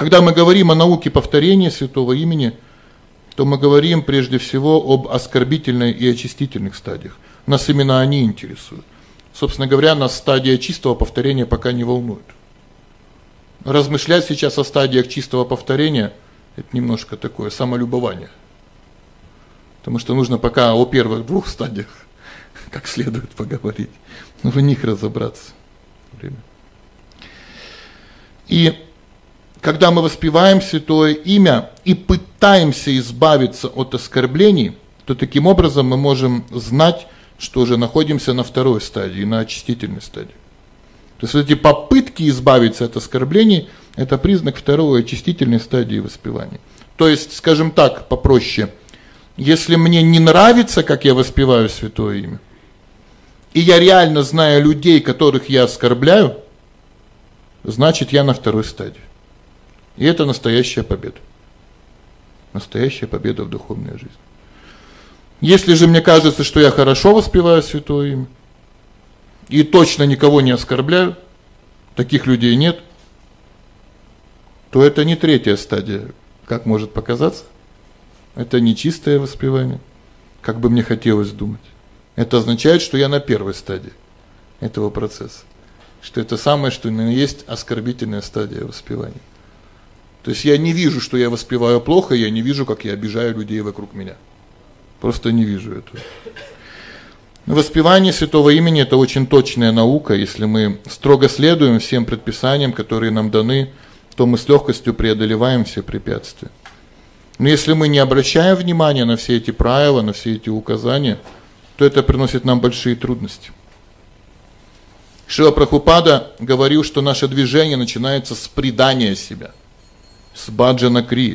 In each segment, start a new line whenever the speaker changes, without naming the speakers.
когда мы говорим о науке повторения святого имени, то мы говорим прежде всего об оскорбительной и очистительных стадиях. Нас именно они интересуют. Собственно говоря, нас стадия чистого повторения пока не волнует. Размышлять сейчас о стадиях чистого повторения – это немножко такое самолюбование. Потому что нужно пока о первых двух стадиях как следует поговорить, в них разобраться. И когда мы воспеваем святое имя и пытаемся избавиться от оскорблений, то таким образом мы можем знать, что уже находимся на второй стадии, на очистительной стадии. То есть эти попытки избавиться от оскорблений – это признак второй очистительной стадии воспевания. То есть, скажем так, попроще, если мне не нравится, как я воспеваю святое имя, и я реально знаю людей, которых я оскорбляю, значит, я на второй стадии. И это настоящая победа. Настоящая победа в духовной жизни. Если же мне кажется, что я хорошо воспеваю святое имя, и точно никого не оскорбляю, таких людей нет, то это не третья стадия, как может показаться. Это не чистое воспевание, как бы мне хотелось думать. Это означает, что я на первой стадии этого процесса. Что это самое, что есть оскорбительная стадия воспевания. То есть я не вижу, что я воспеваю плохо, я не вижу, как я обижаю людей вокруг меня. Просто не вижу этого. Воспевание святого имени – это очень точная наука. Если мы строго следуем всем предписаниям, которые нам даны, то мы с легкостью преодолеваем все препятствия. Но если мы не обращаем внимания на все эти правила, на все эти указания, то это приносит нам большие трудности. Шрила Прабхупада говорил, что наше движение начинается с предания себя, с баджана крии.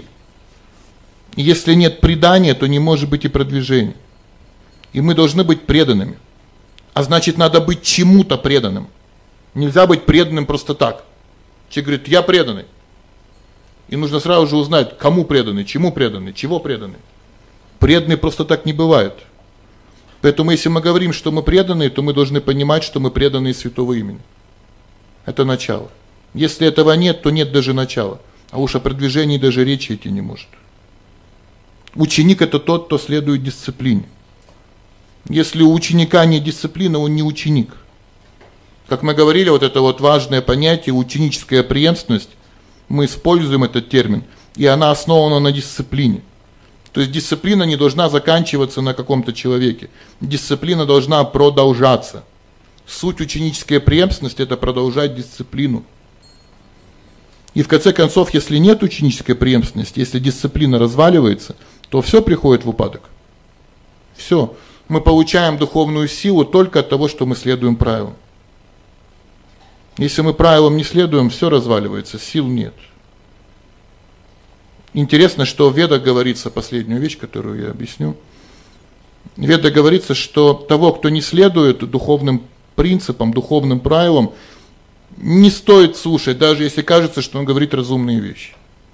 Если нет предания, то не может быть и продвижения. И мы должны быть преданными. А значит, надо быть чему-то преданным. Нельзя быть преданным просто так. Человек говорит: я преданный. И нужно сразу же узнать, кому преданный, чему преданный, чего преданный. Преданный просто так не бывает. Поэтому если мы говорим, что мы преданные, то мы должны понимать, что мы преданные святого имени. Это начало. Если этого нет, то нет даже начала. А уж о продвижении даже речи идти не может. Ученик – это тот, кто следует дисциплине. Если у ученика нет дисциплины, он не ученик. Как мы говорили, вот это вот важное понятие, ученическая преемственность, мы используем этот термин, и она основана на дисциплине. То есть дисциплина не должна заканчиваться на каком-то человеке. Дисциплина должна продолжаться. Суть ученической преемственности – это продолжать дисциплину. И в конце концов, если нет ученической преемственности, если дисциплина разваливается, то все приходит в упадок. Все. Мы получаем духовную силу только от того, что мы следуем правилам. Если мы правилам не следуем, все разваливается, сил нет. Интересно, что в Ведах говорится, последнюю вещь, которую я объясню. В Ведах говорится, что того, кто не следует духовным принципам, духовным правилам, не стоит слушать, даже если кажется, что он говорит разумные вещи.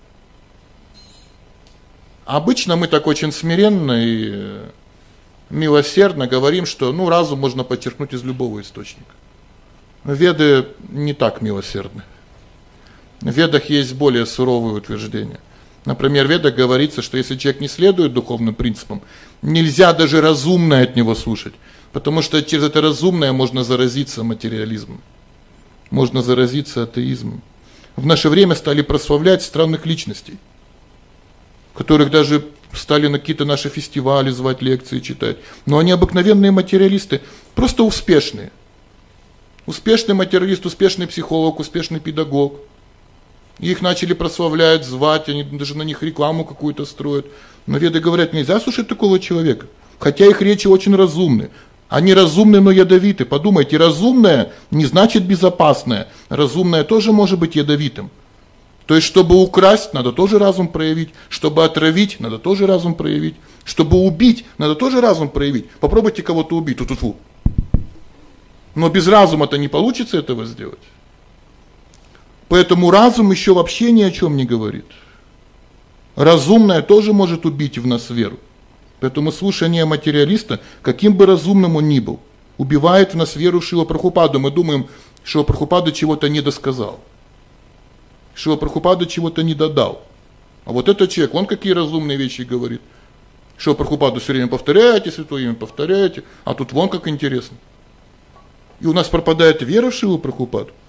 Обычно мы так очень смиренно и милосердно говорим, что разум можно подчеркнуть из любого источника. Веды не так милосердны. В Ведах есть более суровые утверждения. Например, в Ведах говорится, что если человек не следует духовным принципам, нельзя даже разумное от него слушать, потому что через это разумное можно заразиться материализмом, можно заразиться атеизмом. В наше время стали прославлять странных личностей, которых даже стали на какие-то наши фестивали звать, лекции читать. Но они обыкновенные материалисты, просто успешные. Успешный материалист, успешный психолог, успешный педагог. Их начали прославлять, звать, они даже на них рекламу какую-то строят. Но Веды говорят, нельзя слушать такого человека. Хотя их речи очень разумны. Они разумны, но ядовиты. Подумайте, разумное не значит безопасное. Разумное тоже может быть ядовитым. То есть, чтобы украсть, надо тоже разум проявить. Чтобы отравить, надо тоже разум проявить. Чтобы убить, надо тоже разум проявить. Попробуйте кого-то убить. Ту-ту-ту. Но без разума-то не получится этого сделать. Поэтому разум еще вообще ни о чем не говорит. Разумное тоже может убить в нас веру. Поэтому слушание материалиста, каким бы разумным он ни был, убивает в нас веру в Шрилу Прабхупаду. Мы думаем, что Прабхупада чего-то недосказал. Шрила Прабхупада чего-то не додал. А вот этот человек, он какие разумные вещи говорит. Шрила Прабхупаду все время повторяете, святое имя повторяете, а тут вон как интересно. И у нас пропадает вера в Шрилу Прабхупаду.